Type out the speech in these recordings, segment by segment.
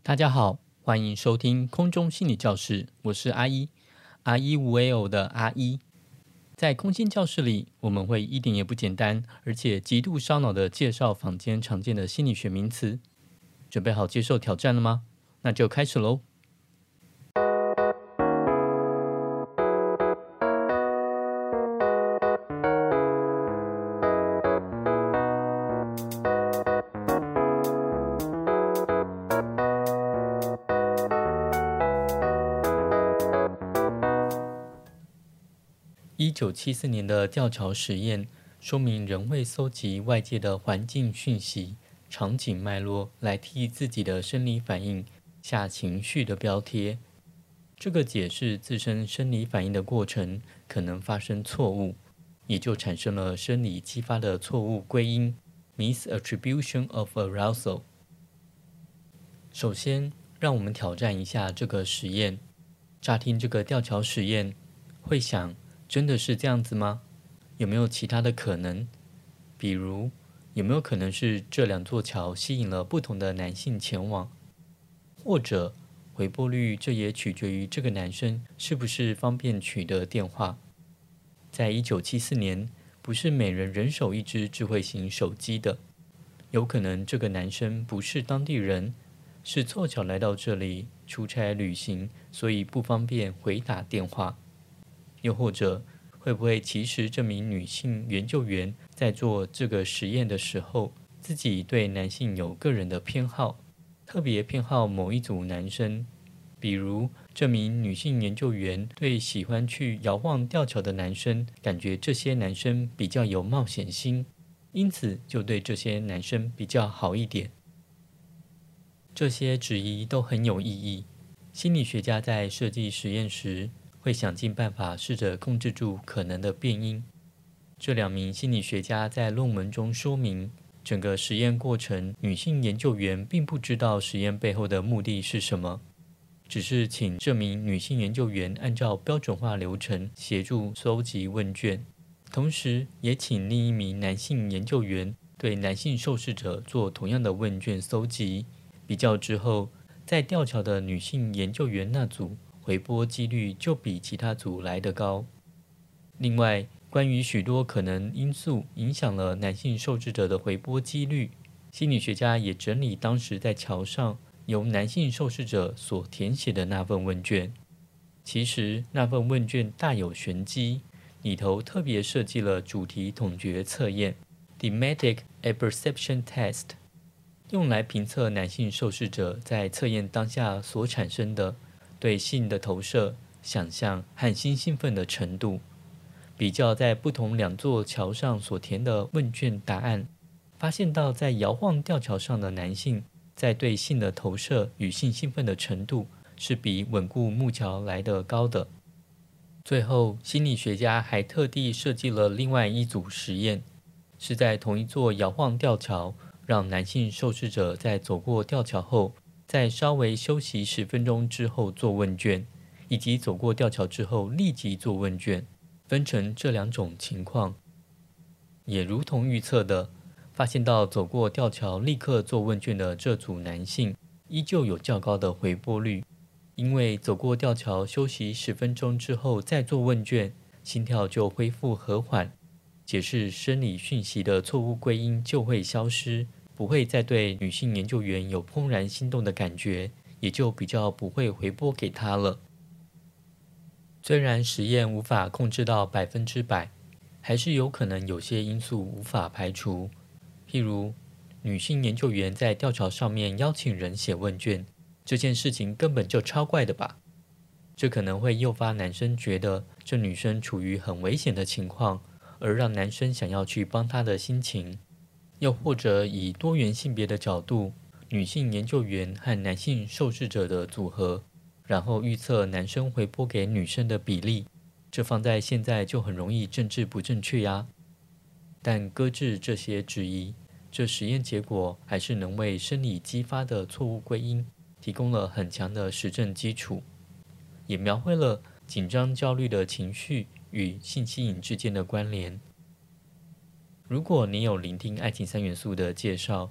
大家好，欢迎收听空中心理教室，我是阿一，阿一无为偶的阿一。在空心教室里，我们会一点也不简单，而且极度烧脑的介绍坊间常见的心理学名词。准备好接受挑战了吗？那就开始喽。1974年的吊桥实验说明人会搜集外界的环境讯息、场景脉络来替自己的生理反应下情绪的标贴。这个解释自身生理反应的过程可能发生错误，也就产生了生理激发的错误归因 （misattribution of arousal）。首先，让我们挑战一下这个实验。乍听这个吊桥实验，会想，真的是这样子吗？有没有其他的可能？比如，有没有可能是这两座桥吸引了不同的男性前往？或者，回拨率这也取决于这个男生是不是方便取得电话。在1974年，不是每人人手一只智慧型手机的，有可能这个男生不是当地人，是凑巧来到这里出差旅行，所以不方便回打电话。又或者，会不会其实这名女性研究员在做这个实验的时候，自己对男性有个人的偏好，特别偏好某一组男生？比如，这名女性研究员对喜欢去摇晃吊桥的男生，感觉这些男生比较有冒险心，因此就对这些男生比较好一点。这些质疑都很有意义。心理学家在设计实验时，会想尽办法试着控制住可能的变因。这两名心理学家在论文中说明，整个实验过程，女性研究员并不知道实验背后的目的是什么，只是请这名女性研究员按照标准化流程协助搜集问卷，同时也请另一名男性研究员对男性受试者做同样的问卷搜集，比较之后，在吊桥的女性研究员那组回拨几率就比其他组来得高。另外，关于许多可能因素影响了男性受试者的回拨几率，心理学家也整理当时在桥上由男性受试者所填写的那份问卷。其实那份问卷大有玄机，里头特别设计了主题统觉测验 （Thematic Apperception Test），用来评测男性受试者在测验当下所产生的对性的投射、想象和性兴奋的程度。比较在不同两座桥上所填的问卷答案，发现到在摇晃吊桥上的男性在对性的投射与性兴奋的程度是比稳固木桥来得高的。最后，心理学家还特地设计了另外一组实验，是在同一座摇晃吊桥，让男性受试者在走过吊桥后，在稍微休息10分钟之后做问卷，以及走过吊桥之后立即做问卷，分成这两种情况。也如同预测的，发现到走过吊桥立刻做问卷的这组男性，依旧有较高的回拨率，因为走过吊桥休息10分钟之后再做问卷，心跳就恢复和缓，解释生理讯息的错误归因就会消失，不会再对女性研究员有怦然心动的感觉，也就比较不会回拨给她了。虽然实验无法控制到100%，还是有可能有些因素无法排除，譬如女性研究员在吊桥上面邀请人写问卷，这件事情根本就超怪的吧？这可能会诱发男生觉得这女生处于很危险的情况，而让男生想要去帮她的心情。又或者以多元性别的角度，女性研究员和男性受试者的组合，然后预测男生回拨给女生的比例，这放在现在就很容易政治不正确呀。但搁置这些质疑，这实验结果还是能为生理激发的错误归因提供了很强的实证基础，也描绘了紧张焦虑的情绪与性吸引之间的关联。如果你有聆听爱情三元素的介绍，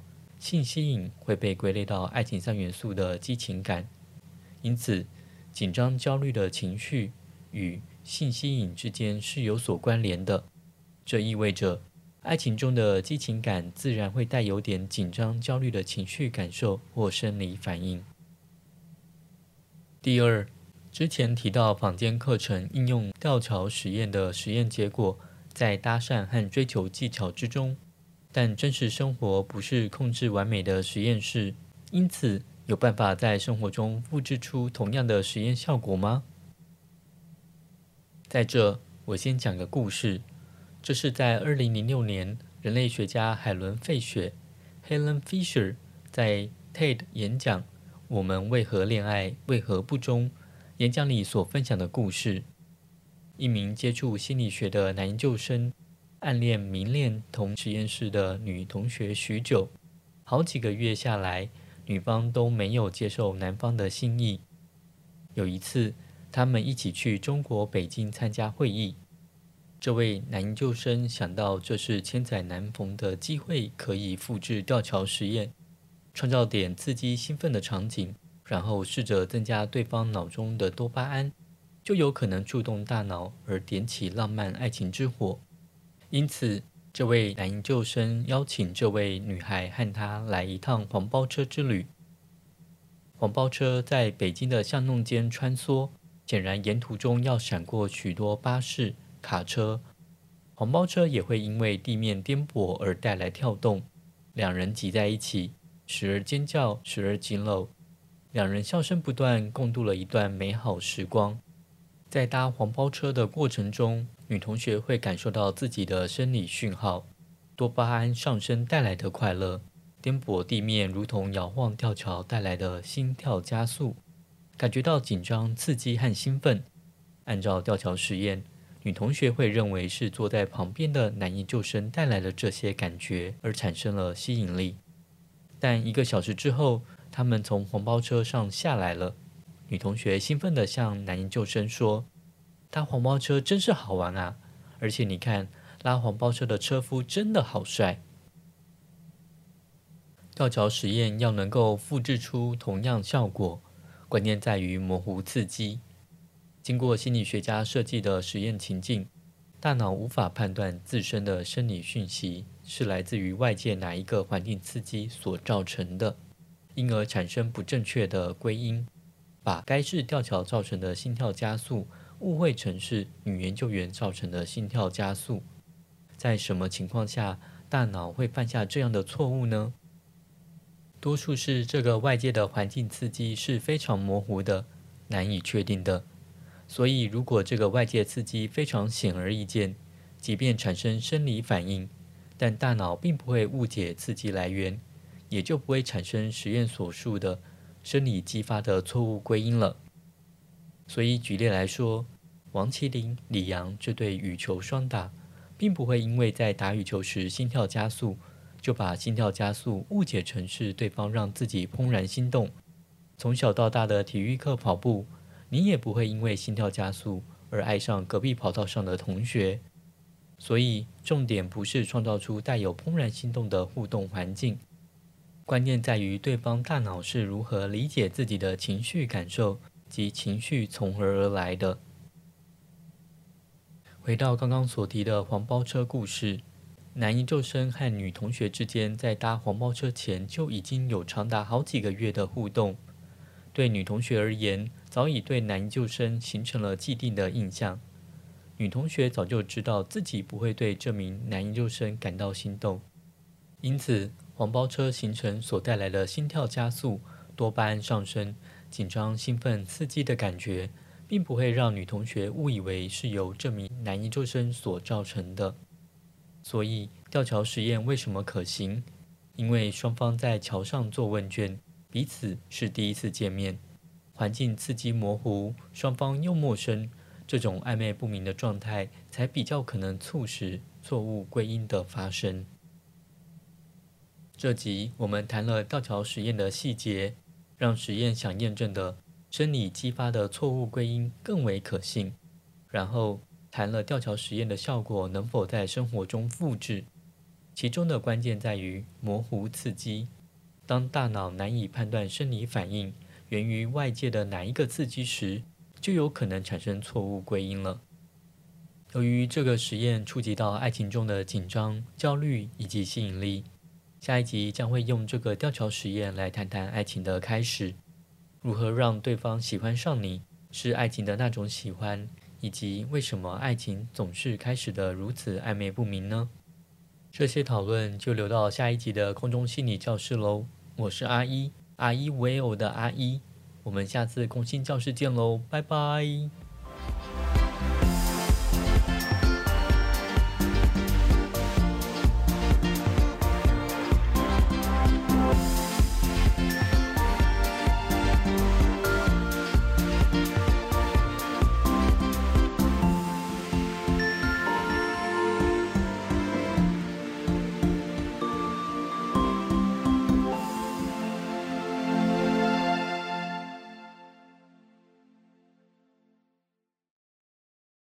性吸引会被归类到爱情三元素的激情感，因此紧张焦虑的情绪与性吸引之间是有所关联的。这意味着爱情中的激情感自然会带有点紧张焦虑的情绪感受或生理反应。第二，之前提到坊间课程应用吊桥实验的实验结果在搭讪和追求技巧之中，但真实生活不是控制完美的实验室，因此有办法在生活中复制出同样的实验效果吗？在这，我先讲个故事。这是在2006年，人类学家海伦·费雪 （Helen Fisher） 在 TED 演讲《我们为何恋爱，为何不忠》演讲里所分享的故事。一名接触心理学的男研究生暗恋迷恋同实验室的女同学许久，好几个月下来，女方都没有接受男方的心意。有一次，他们一起去中国北京参加会议。这位男研究生想到这是千载难逢的机会，可以复制吊桥实验，创造点刺激兴奋的场景，然后试着增加对方脑中的多巴胺，就有可能触动大脑而点起浪漫爱情之火。因此，这位男研究生邀请这位女孩和他来一趟黄包车之旅。黄包车在北京的巷弄间穿梭，显然沿途中要闪过许多巴士、卡车，黄包车也会因为地面颠簸而带来跳动。两人挤在一起，时而尖叫，时而紧搂。两人笑声不断，共度了一段美好时光。在搭黄包车的过程中，女同学会感受到自己的生理讯号，多巴胺上升带来的快乐，颠簸地面如同摇晃吊桥带来的心跳加速，感觉到紧张、刺激和兴奋。按照吊桥实验，女同学会认为是坐在旁边的男研究生带来了这些感觉，而产生了吸引力。但1个小时之后，他们从黄包车上下来了。女同学兴奋地向男研究生说：“搭黄包车真是好玩啊！而且你看，拉黄包车的车夫真的好帅。”吊桥实验要能够复制出同样效果，关键在于模糊刺激。经过心理学家设计的实验情境，大脑无法判断自身的生理讯息是来自于外界哪一个环境刺激所造成的，因而产生不正确的归因，把该是吊桥造成的心跳加速误会成是女研究员造成的心跳加速。在什么情况下大脑会犯下这样的错误呢？多数是这个外界的环境刺激是非常模糊的，难以确定的。所以如果这个外界刺激非常显而易见，即便产生生理反应，但大脑并不会误解刺激来源，也就不会产生实验所述的生理激发的错误归因了。所以举例来说，王麒麟、李阳这对羽球双打，并不会因为在打羽球时心跳加速，就把心跳加速误解成是对方让自己怦然心动。从小到大的体育课跑步，你也不会因为心跳加速而爱上隔壁跑道上的同学。所以重点不是创造出带有怦然心动的互动环境，关键在于对方大脑是如何理解自己的情绪感受及情绪从何而来的。回到刚刚所提的黄包车故事，男研究生和女同学之间在搭黄包车前就已经有长达好几个月的互动。对女同学而言，早已对男研究生形成了既定的印象。女同学早就知道自己不会对这名男研究生感到心动，因此黄包车行程所带来的心跳加速、多巴胺上升、紧张、兴奋、刺激的感觉，并不会让女同学误以为是由这名男研究生所造成的。所以吊桥实验为什么可行？因为双方在桥上做问卷，彼此是第一次见面，环境刺激模糊，双方又陌生，这种暧昧不明的状态才比较可能促使错误归因的发生。这集我们谈了吊桥实验的细节，让实验想验证的生理激发的错误归因更为可信，然后谈了吊桥实验的效果能否在生活中复制，其中的关键在于模糊刺激。 当大脑难以判断生理反应源于外界的哪一个刺激时，就有可能产生错误归因了。由于这个实验触及到爱情中的紧张、焦虑以及吸引力，下一集将会用这个吊桥实验来谈谈爱情的开始，如何让对方喜欢上你，是爱情的那种喜欢，以及为什么爱情总是开始的如此暧昧不明呢？这些讨论就留到下一集的空中心理教室喽。我是阿一，阿一无为偶的阿一，我们下次空心教室见喽，拜拜。